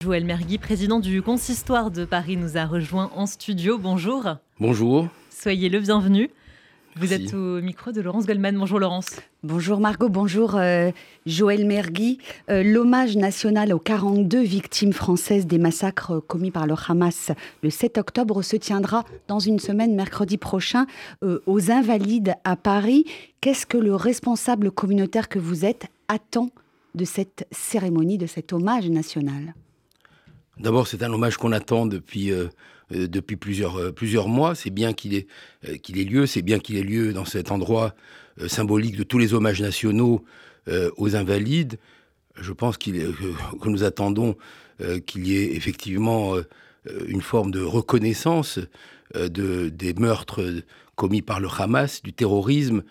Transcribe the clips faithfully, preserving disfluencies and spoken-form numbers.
Joël Mergui, président du Consistoire de Paris, nous a rejoint en studio. Bonjour. Bonjour. Soyez le bienvenu. Vous Merci. êtes au micro de Laurence Goldman. Bonjour Laurence. Bonjour Margot, bonjour euh, Joël Mergui. Euh, l'hommage national aux quarante-deux victimes françaises des massacres commis par le Hamas le sept octobre se tiendra dans une semaine, mercredi prochain, euh, aux Invalides à Paris. Qu'est-ce que le responsable communautaire que vous êtes attend de cette cérémonie, de cet hommage national ? D'abord, c'est un hommage qu'on attend depuis, euh, euh, depuis plusieurs, euh, plusieurs mois. C'est bien qu'il ait, euh, qu'il ait lieu. C'est bien qu'il ait lieu dans cet endroit euh, symbolique de tous les hommages nationaux euh, aux Invalides. Je pense qu'il est, que, que nous attendons euh, qu'il y ait effectivement euh, une forme de reconnaissance euh, de, des meurtres commis par le Hamas, du terrorisme,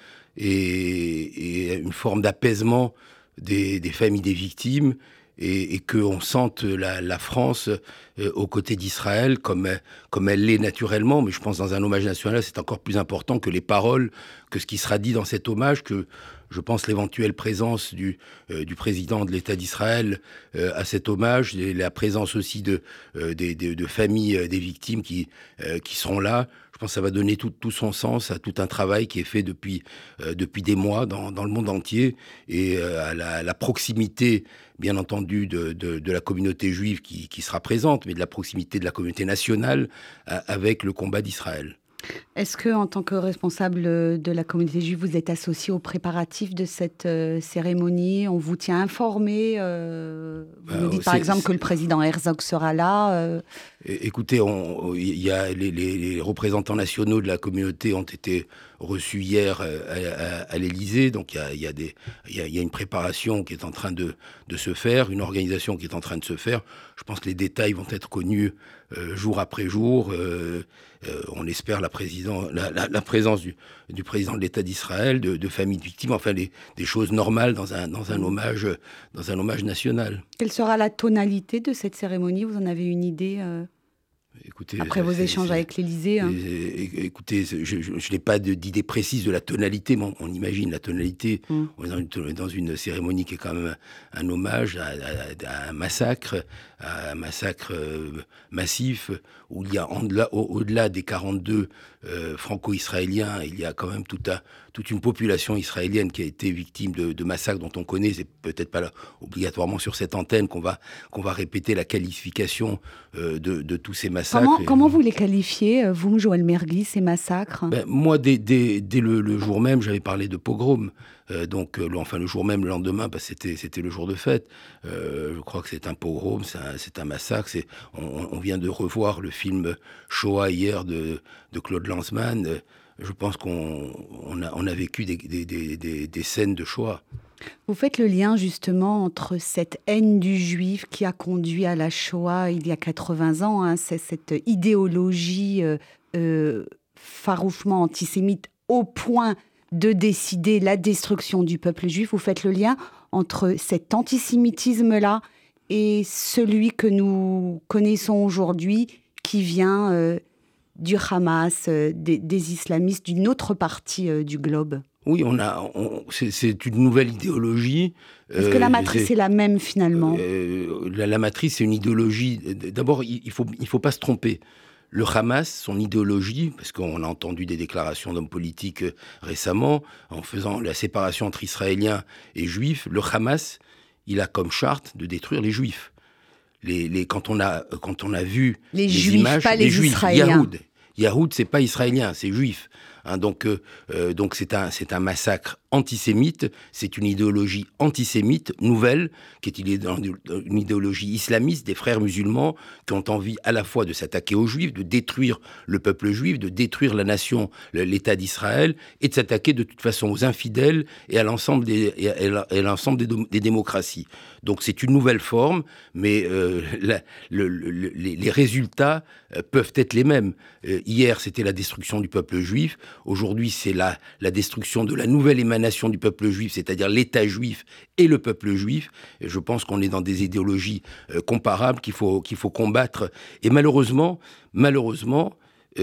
et, et une forme d'apaisement des, des familles des victimes. Et, et qu'on sente la, la France euh, aux côtés d'Israël comme, comme elle l'est naturellement. Mais je pense dans un hommage national, c'est encore plus important que les paroles, que ce qui sera dit dans cet hommage, que je pense l'éventuelle présence du, euh, du président de l'État d'Israël euh, à cet hommage, et la présence aussi de, euh, des, de, de familles euh, des victimes qui, euh, qui seront là. Je pense que ça va donner tout, tout son sens à tout un travail qui est fait depuis, euh, depuis des mois dans, dans le monde entier, et euh, à la, la proximité, bien entendu, de, de, de la communauté juive qui, qui sera présente, mais de la proximité de la communauté nationale euh, avec le combat d'Israël. Est-ce que, en tant que responsable de la communauté juive, vous êtes associé aux préparatifs de cette euh, cérémonie ? On vous tient informé euh, Vous Euh, nous dites par c'est- exemple que le président Herzog sera là. euh, É- Écoutez, il y a les, les, les représentants nationaux de la communauté ont été reçus hier euh, à, à, à l'Élysée, donc il y a, il y, a des, il y, a, il y a une préparation qui est en train de, de se faire, une organisation qui est en train de se faire. Je pense que les détails vont être connus euh, jour après jour. Euh, euh, on espère la, président, la, la, la présence du, du président de l'État d'Israël, de, de familles de victimes, enfin les, des choses normales dans un, dans un hommage, dans un hommage national. Quelle sera la tonalité de cette cérémonie ? Vous en avez une idée euh, Écoutez, après vos c'est- échanges c'est- avec l'Élysée hein. É- Écoutez, je, je, je n'ai pas de- d'idée précise de la tonalité, mais on, on imagine la tonalité. Mm. On est dans une, dans une cérémonie qui est quand même un, un hommage à, à- à un massacre, à un massacre euh, massif, où il y a en-delà, au- au-delà des quarante-deux euh, franco-israéliens, il y a quand même tout un, toute une population israélienne qui a été victime de, de massacres dont on connaît. C'est peut-être pas là, obligatoirement sur cette antenne qu'on va, qu'on va répéter la qualification euh, de, de tous ces massacres. Comment, Et- comment vous les qualifiez, euh, vous, Joël Mergui, ces massacres ? Ben, moi, dès, dès, dès le, le jour même, j'avais parlé de pogrom. Euh, donc, euh, le, enfin, le jour même, le lendemain, ben, c'était, c'était le jour de fête. Euh, je crois que c'est un pogrom, c'est un, c'est un massacre. C'est, on, on vient de revoir le film Shoah hier de, de Claude Lanzmann. Euh, je pense qu'on on a, on a vécu des, des, des, des, des scènes de Shoah. Vous faites le lien justement entre cette haine du juif qui a conduit à la Shoah il y a quatre-vingts ans, hein, c'est cette idéologie euh, euh, farouchement antisémite au point de décider la destruction du peuple juif. Vous faites le lien entre cet antisémitisme-là et celui que nous connaissons aujourd'hui qui vient euh, du Hamas, euh, des, des islamistes d'une autre partie euh, du globe. Oui, on a, on, c'est, c'est une nouvelle idéologie. Est-ce que la matrice c'est- est la même finalement ? Euh, la, la matrice, c'est une idéologie. D'abord, il ne faut, il faut pas se tromper. Le Hamas, son idéologie, parce qu'on a entendu des déclarations d'hommes politiques euh, récemment, en faisant la séparation entre Israéliens et Juifs, le Hamas, il a comme charte de détruire les Juifs. Les, les, quand, on a, quand on a vu Les les Juifs, images, pas les Juifs, Israéliens. Yahoud. Yahoud, c'est pas israélien, c'est juif. Hein, donc, euh, euh, donc c'est un, c'est un massacre antisémite. C'est une idéologie antisémite nouvelle, qui est une idéologie islamiste des frères musulmans qui ont envie à la fois de s'attaquer aux juifs, de détruire le peuple juif, de détruire la nation, l'État d'Israël, et de s'attaquer de toute façon aux infidèles et à l'ensemble des, et à, et à l'ensemble des, des démocraties. Donc c'est une nouvelle forme, mais euh, la, le, le, les, les résultats euh, peuvent être les mêmes. Euh, hier, c'était la destruction du peuple juif. Aujourd'hui, c'est la, la destruction de la nouvelle émanation du peuple juif, c'est-à-dire l'État juif et le peuple juif. Et je pense qu'on est dans des idéologies euh, comparables qu'il faut, qu'il faut combattre. Et malheureusement, malheureusement,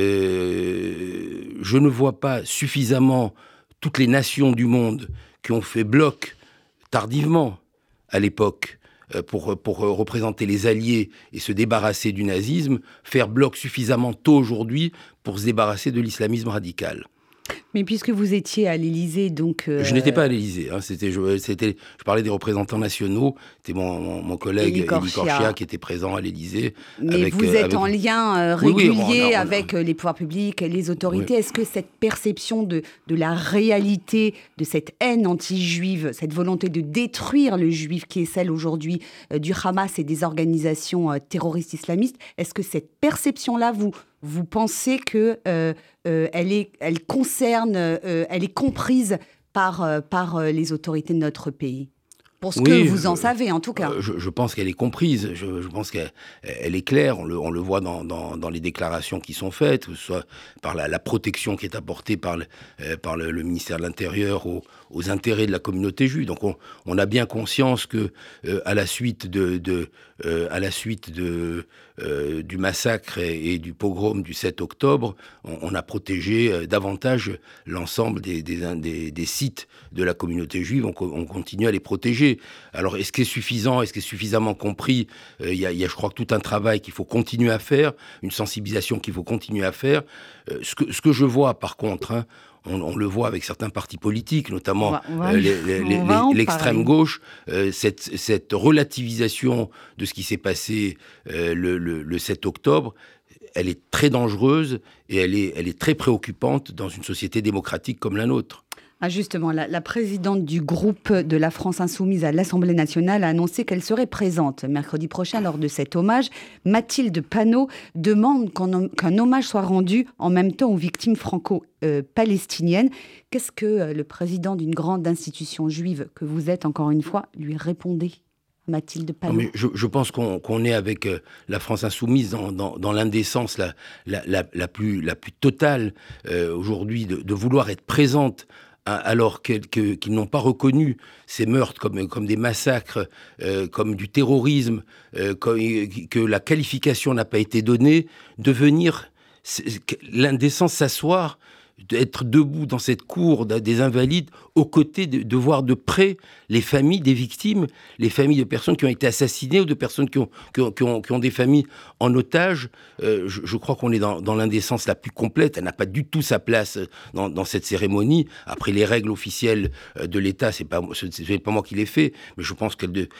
euh, je ne vois pas suffisamment toutes les nations du monde qui ont fait bloc tardivement à l'époque, pour, pour représenter les Alliés et se débarrasser du nazisme, faire bloc suffisamment tôt aujourd'hui pour se débarrasser de l'islamisme radical. Mais puisque vous étiez à l'Élysée, donc... Euh... Je n'étais pas à l'Élysée. Hein, c'était, je, c'était, je parlais des représentants nationaux. C'était mon, mon, mon collègue Élie Korchia qui était présent à l'Élysée. Mais avec, vous êtes avec... en lien euh, régulier oui, oui, on a, on a... avec les pouvoirs publics, les autorités. Oui. Est-ce que cette perception de, de la réalité, de cette haine anti-juive, cette volonté de détruire le juif qui est celle aujourd'hui euh, du Hamas et des organisations euh, terroristes islamistes, est-ce que cette perception-là, vous... Vous pensez qu'elle euh, euh, est, elle concerne, euh, elle est comprise par, euh, par euh, les autorités de notre pays ? Pour ce oui, que vous en je, savez, en tout cas. Euh, je, je pense qu'elle est comprise. Je, je pense qu'elle elle est claire. On le, on le voit dans, dans, dans les déclarations qui sont faites, que ce soit par la, la protection qui est apportée par le, euh, par le, le ministère de l'Intérieur aux, aux intérêts de la communauté juive. Donc, on, on a bien conscience que, euh, à la suite de, de euh, à la suite de euh, du massacre et, et du pogrom du sept octobre, on, on a protégé euh, davantage l'ensemble des, des, des, des sites de la communauté juive. On, on continue à les protéger. Alors, est-ce que c'est suffisant ? Est-ce que c'est suffisamment compris ? Il euh, y, y a, je crois, tout un travail qu'il faut continuer à faire, une sensibilisation qu'il faut continuer à faire. Euh, ce, que, ce que je vois, par contre, hein, on, on le voit avec certains partis politiques, notamment va, va, euh, les, les, les, l'extrême gauche, euh, cette, cette relativisation de ce qui s'est passé euh, le, le, le sept octobre, elle est très dangereuse et elle est, elle est très préoccupante dans une société démocratique comme la nôtre. Ah justement, la, la présidente du groupe de la France Insoumise à l'Assemblée nationale a annoncé qu'elle serait présente mercredi prochain lors de cet hommage. Mathilde Panot demande qu'un, qu'un hommage soit rendu en même temps aux victimes franco-palestiniennes. Qu'est-ce que le président d'une grande institution juive que vous êtes, encore une fois, lui répondait ? Mathilde Panot. Non, mais je, je pense qu'on, qu'on est avec euh, la France Insoumise dans, dans, dans l'indécence la, la, la, la, plus, la plus totale euh, aujourd'hui de, de vouloir être présente alors qu'ils, qu'ils n'ont pas reconnu ces meurtres comme, comme des massacres, euh, comme du terrorisme, euh, comme, que la qualification n'a pas été donnée, de venir, l'indécence s'asseoir, d'être debout dans cette cour des Invalides, aux côtés de, de voir de près les familles des victimes, les familles de personnes qui ont été assassinées ou de personnes qui ont, qui ont, qui ont, qui ont des familles en otage. Euh, je, je crois qu'on est dans, dans l'indécence la plus complète. Elle n'a pas du tout sa place dans, dans cette cérémonie. Après, les règles officielles de l'État, c'est pas, c'est, c'est pas moi qui les fais, mais je pense que de,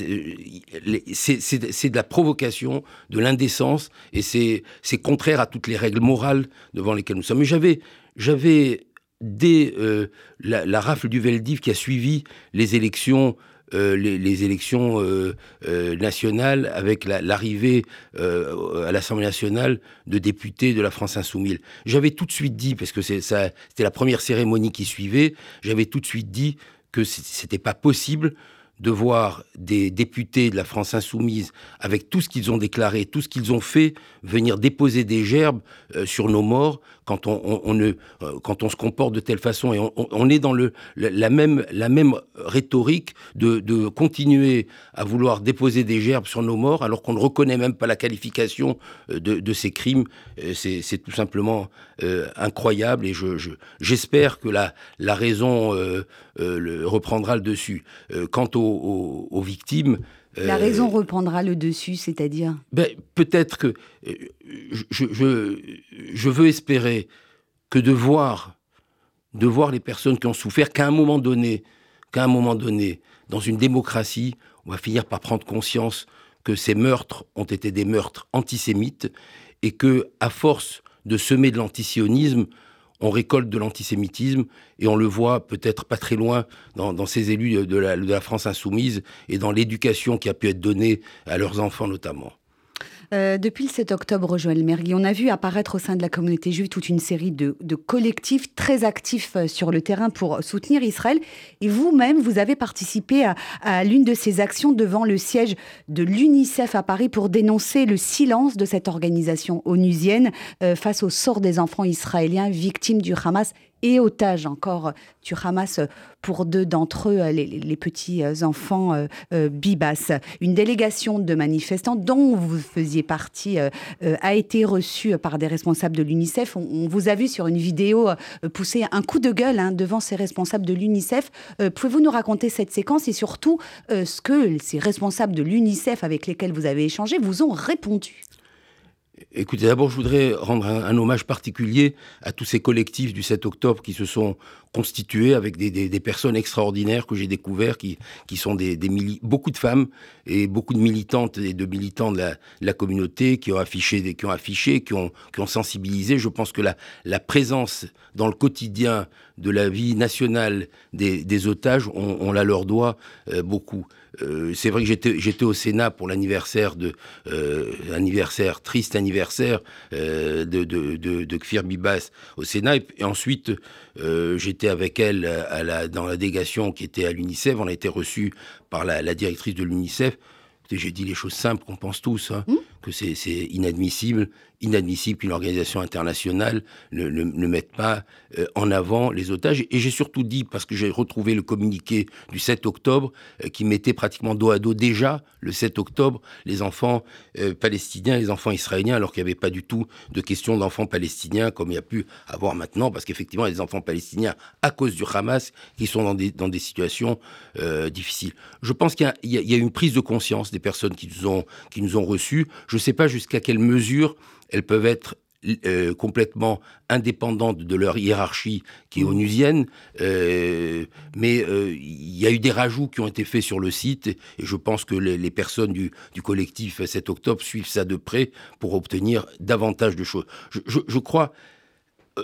c'est, c'est, c'est de la provocation, de l'indécence, et c'est, c'est contraire à toutes les règles morales devant lesquelles nous sommes. Mais j'avais J'avais, dès euh, la, la rafle du Veldiv qui a suivi les élections, euh, les, les élections euh, euh, nationales, avec la, l'arrivée euh, à l'Assemblée nationale de députés de la France Insoumise, j'avais tout de suite dit, parce que c'est, ça, c'était la première cérémonie qui suivait, j'avais tout de suite dit que c'était pas possible de voir des députés de la France Insoumise, avec tout ce qu'ils ont déclaré, tout ce qu'ils ont fait, venir déposer des gerbes euh, sur nos morts, quand on, on, on ne, euh, quand on se comporte de telle façon. Et on, on est dans le, la, même, la même rhétorique de, de continuer à vouloir déposer des gerbes sur nos morts, alors qu'on ne reconnaît même pas la qualification de, de ces crimes. C'est, c'est tout simplement euh, incroyable, et je, je, j'espère que la, la raison euh, euh, le, reprendra le dessus. Euh, quant au Aux, aux victimes. La euh, raison reprendra le dessus, c'est-à-dire ben, peut-être que euh, je, je, je veux espérer que de voir, de voir les personnes qui ont souffert, qu'à un moment donné, qu'à un moment donné, dans une démocratie, on va finir par prendre conscience que ces meurtres ont été des meurtres antisémites, et que, à force de semer de l'antisionisme, on récolte de l'antisémitisme, et on le voit peut-être pas très loin dans, dans ces élus de la, de la France Insoumise et dans l'éducation qui a pu être donnée à leurs enfants notamment. Euh, depuis le sept octobre, Joël Mergui, on a vu apparaître au sein de la communauté juive toute une série de, de collectifs très actifs sur le terrain pour soutenir Israël. Et vous-même, vous avez participé à, à l'une de ces actions devant le siège de l'UNICEF à Paris pour dénoncer le silence de cette organisation onusienne euh, face au sort des enfants israéliens victimes du Hamas et otages encore du Hamas pour deux d'entre eux, les, les petits enfants euh, euh, Bibas. Une délégation de manifestants dont vous faisiez partie euh, euh, a été reçue par des responsables de l'UNICEF. On, on vous a vu sur une vidéo euh, pousser un coup de gueule hein, devant ces responsables de l'UNICEF. Euh, pouvez-vous nous raconter cette séquence et surtout euh, ce que ces responsables de l'UNICEF avec lesquels vous avez échangé vous ont répondu? Écoutez, d'abord, je voudrais rendre un, un hommage particulier à tous ces collectifs du sept octobre qui se sont constitués avec des, des, des personnes extraordinaires que j'ai découvertes, qui, qui sont des, des mili- beaucoup de femmes et beaucoup de militantes et de militants de la, de la communauté qui ont affiché, des, qui ont affiché, qui ont, qui ont sensibilisé. Je pense que la, la présence dans le quotidien de la vie nationale des, des otages, on, on la leur doit euh, beaucoup. Euh, c'est vrai que j'étais, j'étais au Sénat pour l'anniversaire de euh, anniversaire triste anniversaire euh, de, de, de, de Kfir Bibas au Sénat, et, et ensuite euh, j'étais avec elle à la, dans la délégation qui était à l'UNICEF. On a été reçus par la, la directrice de l'UNICEF. J'ai dit les choses simples qu'on pense tous, hein, mmh. que c'est, c'est inadmissible, inadmissible qu'une organisation internationale ne, ne, ne mette pas euh, en avant les otages. Et j'ai surtout dit, parce que j'ai retrouvé le communiqué du sept octobre, euh, qui mettait pratiquement dos à dos déjà, le sept octobre, les enfants euh, palestiniens, les enfants israéliens, alors qu'il n'y avait pas du tout de question d'enfants palestiniens, comme il y a pu avoir maintenant, parce qu'effectivement, il y a des enfants palestiniens, à cause du Hamas, qui sont dans des, dans des situations euh, difficiles. Je pense qu'il y a, il y a, il y a une prise de conscience des personnes qui nous ont, qui nous ont reçus. Je ne sais pas jusqu'à quelle mesure elles peuvent être euh, complètement indépendantes de leur hiérarchie qui est mmh. onusienne, euh, mais euh, il y a eu des rajouts qui ont été faits sur le site, et je pense que les, les personnes du, du collectif sept octobre suivent ça de près pour obtenir davantage de choses. Je, je, je crois, euh,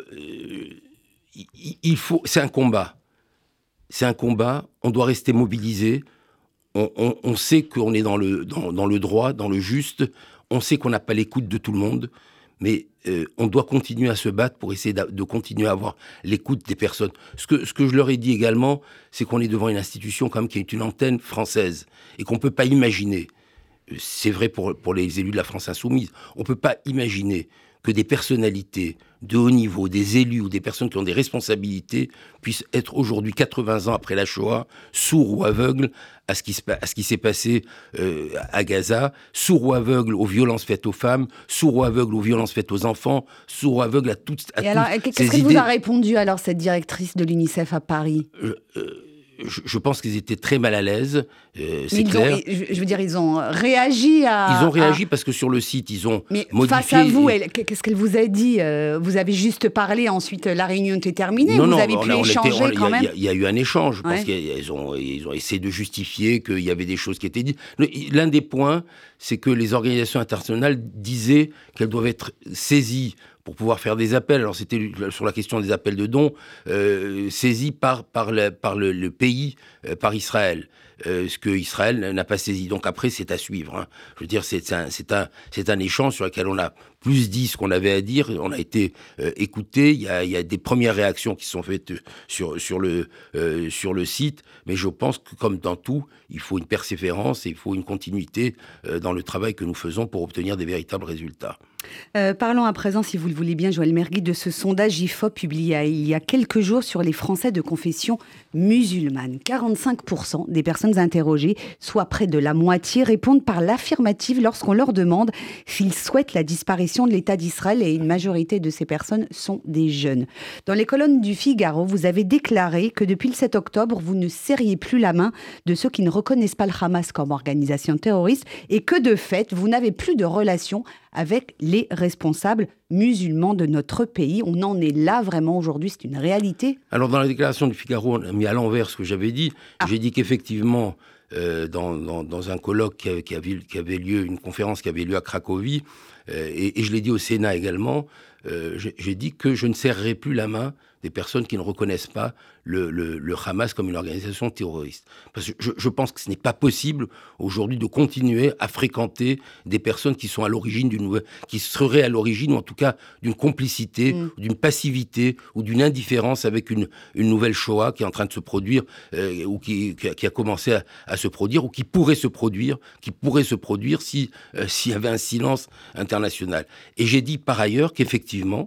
il faut, c'est un combat. C'est un combat, on doit rester mobilisé. On, on, on sait qu'on est dans le, dans, dans le droit, dans le juste. On sait qu'on n'a pas l'écoute de tout le monde, mais euh, on doit continuer à se battre pour essayer de, de continuer à avoir l'écoute des personnes. Ce que, ce que je leur ai dit également, c'est qu'on est devant une institution quand même qui est une antenne française et qu'on ne peut pas imaginer, c'est vrai pour, pour les élus de la France insoumise, on ne peut pas imaginer que des personnalités de haut niveau, des élus ou des personnes qui ont des responsabilités puissent être aujourd'hui, quatre-vingts ans après la Shoah, sourds ou aveugles à ce qui, se, à ce qui s'est passé euh, à Gaza, sourds ou aveugles aux violences faites aux femmes, sourds ou aveugles aux violences faites aux enfants, sourds ou aveugles à toutes à Et alors, qu'est-ce qu'elle vous a répondu alors, cette directrice de l'UNICEF à Paris ? euh, euh, Je, je pense qu'ils étaient très mal à l'aise, euh, c'est ils clair. Ont, je veux dire, ils ont réagi à... Ils ont réagi à... parce que sur le site, ils ont Mais modifié... face à vous, elle, qu'est-ce qu'elle vous a dit ? Vous avez juste parlé, ensuite la réunion était terminée, non, vous non, avez pu on, on échanger était, on, quand y a, même. Il y, y a eu un échange, ouais. parce qu'ils ont, ils ont essayé de justifier qu'il y avait des choses qui étaient dites. L'un des points, c'est que les organisations internationales disaient qu'elles doivent être saisies pour pouvoir faire des appels. Alors c'était sur la question des appels de dons, euh, saisis par, par, le, par le, le pays, euh, par Israël. Euh, ce que Israël n'a pas saisi. Donc après, c'est à suivre. Hein. Je veux dire, c'est un, c'est un, c'est un échange sur lequel on a plus dit ce qu'on avait à dire. On a été euh, écouté. Il y a, il y a des premières réactions qui sont faites sur, sur, le, euh, sur le site. Mais je pense que, comme dans tout, il faut une persévérance et il faut une continuité euh, dans le travail que nous faisons pour obtenir des véritables résultats. Euh, parlons à présent, si vous le voulez bien, Joël Mergui, de ce sondage I F O P publié il y a quelques jours sur les Français de confession musulmane. quarante-cinq pour cent des personnes interrogées, soit près de la moitié, répondent par l'affirmative lorsqu'on leur demande s'ils souhaitent la disparition de l'État d'Israël, et une majorité de ces personnes sont des jeunes. Dans les colonnes du Figaro, vous avez déclaré que depuis le sept octobre, vous ne serriez plus la main de ceux qui ne reconnaissent pas le Hamas comme organisation terroriste et que de fait, vous n'avez plus de relation avec les responsables musulmans de notre pays. On en est là vraiment aujourd'hui, c'est une réalité. Alors dans la déclaration du Figaro, on a mis à l'envers ce que j'avais dit. Ah. J'ai dit qu'effectivement, euh, dans, dans, dans un colloque qui avait, qui, avait, qui avait lieu, une conférence qui avait lieu à Cracovie, euh, et, et je l'ai dit au Sénat également, euh, j'ai, j'ai dit que je ne serrerai plus la main des personnes qui ne reconnaissent pas le, le, le Hamas comme une organisation terroriste. Parce que je, je pense que ce n'est pas possible aujourd'hui de continuer à fréquenter des personnes qui sont à l'origine d'une nouvelle, qui seraient à l'origine, ou en tout cas d'une complicité, mmh. d'une passivité, ou d'une indifférence avec une, une nouvelle Shoah qui est en train de se produire, euh, ou qui, qui, a, qui a commencé à, à se produire, ou qui pourrait se produire, qui pourrait se produire si, euh, s'il y avait un silence international. Et j'ai dit par ailleurs qu'effectivement,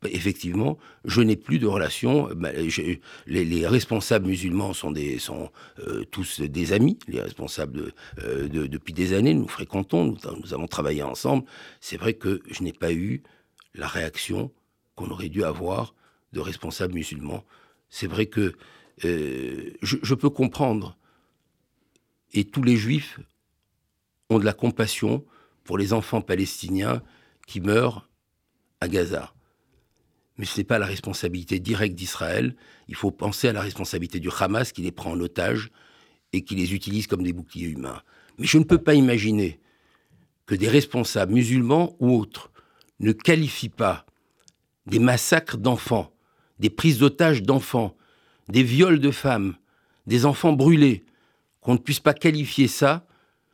effectivement, je n'ai plus de relation. Les, les responsables musulmans sont, des, sont euh, tous des amis. Les responsables, de, euh, de, depuis des années, nous fréquentons, nous, nous avons travaillé ensemble. C'est vrai que je n'ai pas eu la réaction qu'on aurait dû avoir de responsables musulmans. C'est vrai que euh, je, je peux comprendre. Et tous les juifs ont de la compassion pour les enfants palestiniens qui meurent à Gaza. Mais ce n'est pas la responsabilité directe d'Israël. Il faut penser à la responsabilité du Hamas qui les prend en otage et qui les utilise comme des boucliers humains. Mais je ne peux pas imaginer que des responsables musulmans ou autres ne qualifient pas des massacres d'enfants, des prises d'otages d'enfants, des viols de femmes, des enfants brûlés, qu'on ne puisse pas qualifier ça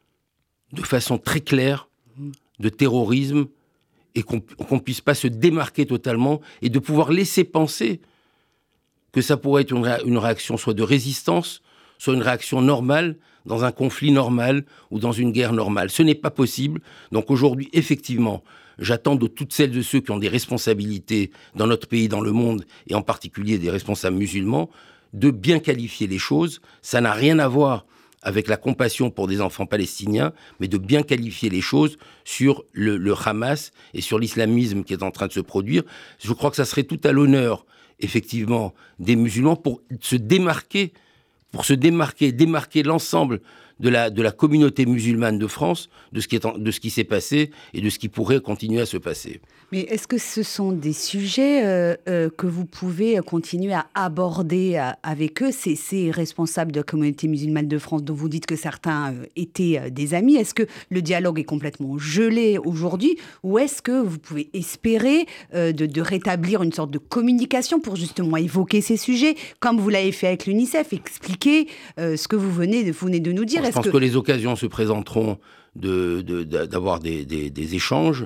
de façon très claire de terrorisme et qu'on ne puisse pas se démarquer totalement et de pouvoir laisser penser que ça pourrait être une, ré- une réaction soit de résistance, soit une réaction normale dans un conflit normal ou dans une guerre normale. Ce n'est pas possible. Donc aujourd'hui, effectivement, j'attends de toutes celles et ceux qui ont des responsabilités dans notre pays, dans le monde, et en particulier des responsables musulmans, de bien qualifier les choses. Ça n'a rien à voir avec la compassion pour des enfants palestiniens, mais de bien qualifier les choses sur le, le Hamas et sur l'islamisme qui est en train de se produire. Je crois que ça serait tout à l'honneur, effectivement, des musulmans pour se démarquer, pour se démarquer, démarquer l'ensemble de la, de la communauté musulmane de France, de ce qui est en, de ce qui s'est passé et de ce qui pourrait continuer à se passer. Mais est-ce que ce sont des sujets euh, euh, que vous pouvez continuer à aborder euh, avec eux, ces, ces responsables de la communauté musulmane de France dont vous dites que certains euh, étaient euh, des amis? Est-ce que le dialogue est complètement gelé aujourd'hui ou est-ce que vous pouvez espérer euh, de, de rétablir une sorte de communication pour justement évoquer ces sujets, comme vous l'avez fait avec l'UNICEF, expliquer euh, ce que vous venez, de, vous venez de nous dire? Bon, je pense que... que les occasions se présenteront de, de, de, d'avoir des, des, des échanges.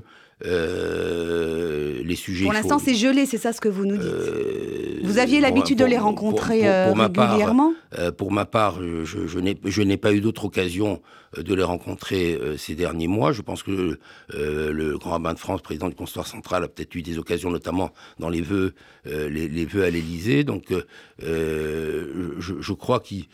Euh, les sujets. Pour l'instant, faut... c'est gelé, c'est ça ce que vous nous dites. Euh, vous aviez l'habitude pour, de les rencontrer pour, pour, pour régulièrement? part, euh, Pour ma part, je, je, n'ai, je n'ai pas eu d'autre occasion de les rencontrer euh, ces derniers mois. Je pense que euh, le grand rabbin de France, président du consistoire central, a peut-être eu des occasions, notamment dans les vœux, euh, les, les vœux à l'Élysée. Donc, euh, je, je crois qu'il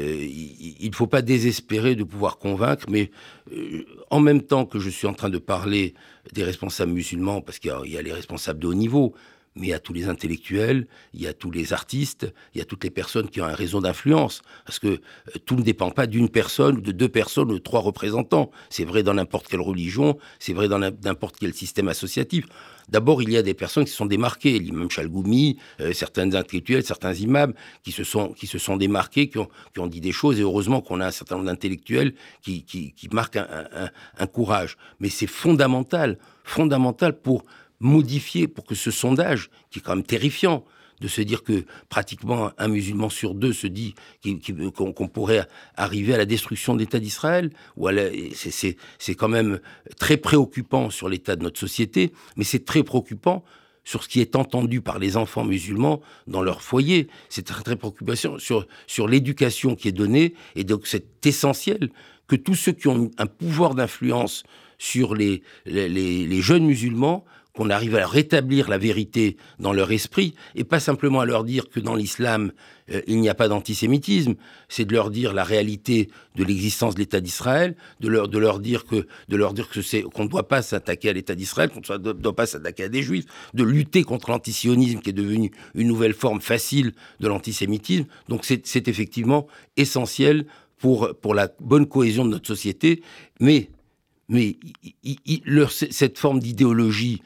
ne faut pas désespérer de pouvoir convaincre, mais euh, en même temps que je suis en train de parler des responsables musulmans, parce qu'il y a, il y a les responsables de haut niveau, mais il y a tous les intellectuels, il y a tous les artistes, il y a toutes les personnes qui ont un réseau d'influence. Parce que euh, tout ne dépend pas d'une personne, ou de deux personnes, ou de trois représentants. C'est vrai dans n'importe quelle religion, c'est vrai dans n'importe quel système associatif. D'abord, il y a des personnes qui se sont démarquées. L'imam Chalgoumi, euh, certains intellectuels, certains imams qui se sont, qui se sont démarqués, qui ont, qui ont dit des choses. Et heureusement qu'on a un certain nombre d'intellectuels qui, qui, qui marquent un, un, un courage. Mais c'est fondamental, fondamental pour modifier, pour que ce sondage, qui est quand même terrifiant, de se dire que pratiquement un musulman sur deux se dit qu'il, qu'il, qu'on, qu'on pourrait arriver à la destruction de l'État d'Israël. Ou à la, c'est, c'est, c'est quand même très préoccupant sur l'état de notre société, mais c'est très préoccupant sur ce qui est entendu par les enfants musulmans dans leur foyer. C'est très, très préoccupant sur, sur l'éducation qui est donnée, et donc c'est essentiel que tous ceux qui ont un pouvoir d'influence sur les, les, les, les jeunes musulmans, qu'on arrive à rétablir la vérité dans leur esprit, et pas simplement à leur dire que dans l'islam, euh, il n'y a pas d'antisémitisme, c'est de leur dire la réalité de l'existence de l'État d'Israël, de leur, de leur dire, que, de leur dire que c'est, qu'on ne doit pas s'attaquer à l'État d'Israël, qu'on ne doit pas s'attaquer à des juifs, de lutter contre l'antisionisme qui est devenu une nouvelle forme facile de l'antisémitisme. Donc c'est, c'est effectivement essentiel pour, pour la bonne cohésion de notre société, mais, mais il, il, leur, cette forme d'idéologie,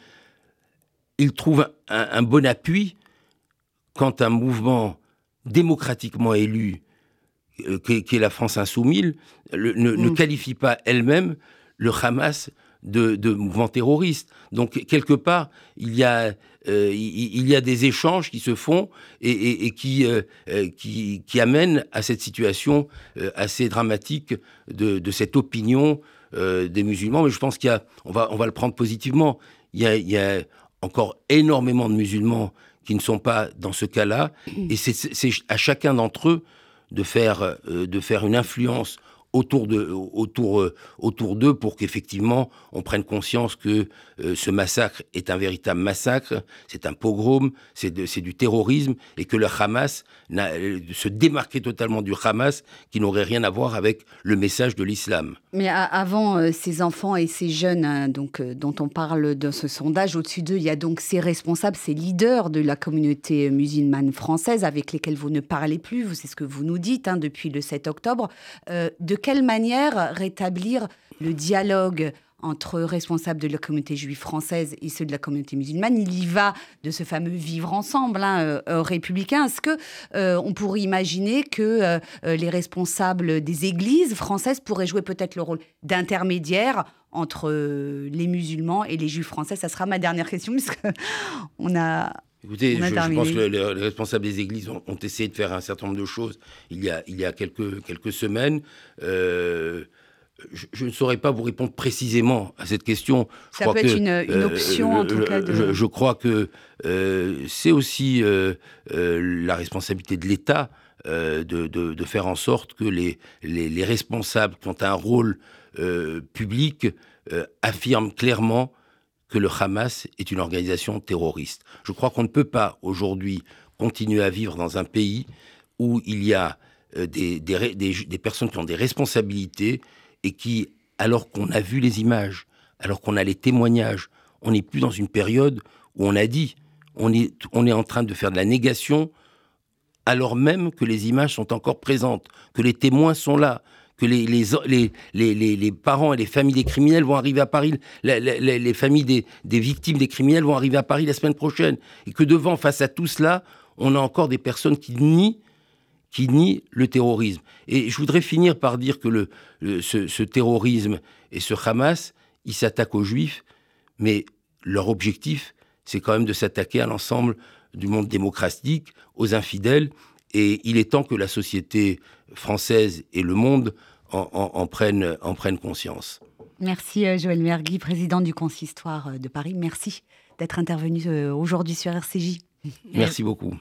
il trouve un, un bon appui quand un mouvement démocratiquement élu, euh, qui, qui est la France insoumise, le, ne, mmh. ne qualifie pas elle-même le Hamas de, de mouvement terroriste. Donc, quelque part, il y a, euh, il, il y a des échanges qui se font et, et, et qui, euh, qui, qui amènent à cette situation euh, assez dramatique de, de cette opinion euh, des musulmans. Mais je pense qu'il y a, on va, on va le prendre positivement, il y a, il y a encore énormément de musulmans qui ne sont pas dans ce cas-là, et c'est, c'est à chacun d'entre eux de faire, euh, de faire une influence autour de, autour, euh, autour d'eux pour qu'effectivement on prenne conscience que euh, ce massacre est un véritable massacre, c'est un pogrom, c'est, de, c'est du terrorisme, et que le Hamas n'a, euh, se démarquer totalement du Hamas qui n'aurait rien à voir avec le message de l'islam. Mais a- avant euh, ces enfants et ces jeunes hein, donc, euh, dont on parle dans ce sondage, au-dessus d'eux, il y a donc ces responsables, ces leaders de la communauté musulmane française avec lesquels vous ne parlez plus, vous- c'est ce que vous nous dites hein, depuis le sept octobre. Euh, de quelle manière rétablir le dialogue entre responsables de la communauté juive française et ceux de la communauté musulmane? Il y va de ce fameux vivre ensemble hein, euh, euh, républicain. Est-ce que euh, on pourrait imaginer que euh, euh, les responsables des églises françaises pourraient jouer peut-être le rôle d'intermédiaire entre euh, les musulmans et les juifs français? Ça sera ma dernière question, puisque on a... Écoutez, On a je, je terminé. pense que les, les responsables des églises ont, ont essayé de faire un certain nombre de choses il y a, il y a quelques, quelques semaines. Euh, je, je ne saurais pas vous répondre précisément à cette question. Je Ça crois peut que, être une, une option, euh, en tout je, cas. De... Je, je crois que euh, c'est aussi euh, euh, la responsabilité de l'État euh, de, de, de faire en sorte que les, les, les responsables qui ont un rôle euh, public euh, affirment clairement que le Hamas est une organisation terroriste. Je crois qu'on ne peut pas aujourd'hui continuer à vivre dans un pays où il y a euh, des, des, des, des personnes qui ont des responsabilités et qui, alors qu'on a vu les images, alors qu'on a les témoignages, on n'est plus dans une période où on a dit, on est, on est en train de faire de la négation alors même que les images sont encore présentes, que les témoins sont là, que les, les, les, les, les, les parents et les familles des criminels vont arriver à Paris, les, les, les familles des, des victimes des criminels vont arriver à Paris la semaine prochaine, et que devant, face à tout cela, on a encore des personnes qui nient, qui nient le terrorisme. Et je voudrais finir par dire que le, le, ce, ce terrorisme et ce Hamas, ils s'attaquent aux Juifs, mais leur objectif, c'est quand même de s'attaquer à l'ensemble du monde démocratique, aux infidèles, et il est temps que la société française et le monde en, en, en, prennent, en prennent conscience. Merci Joël Mergui, président du Consistoire de Paris. Merci d'être intervenu aujourd'hui sur R C J. Merci beaucoup.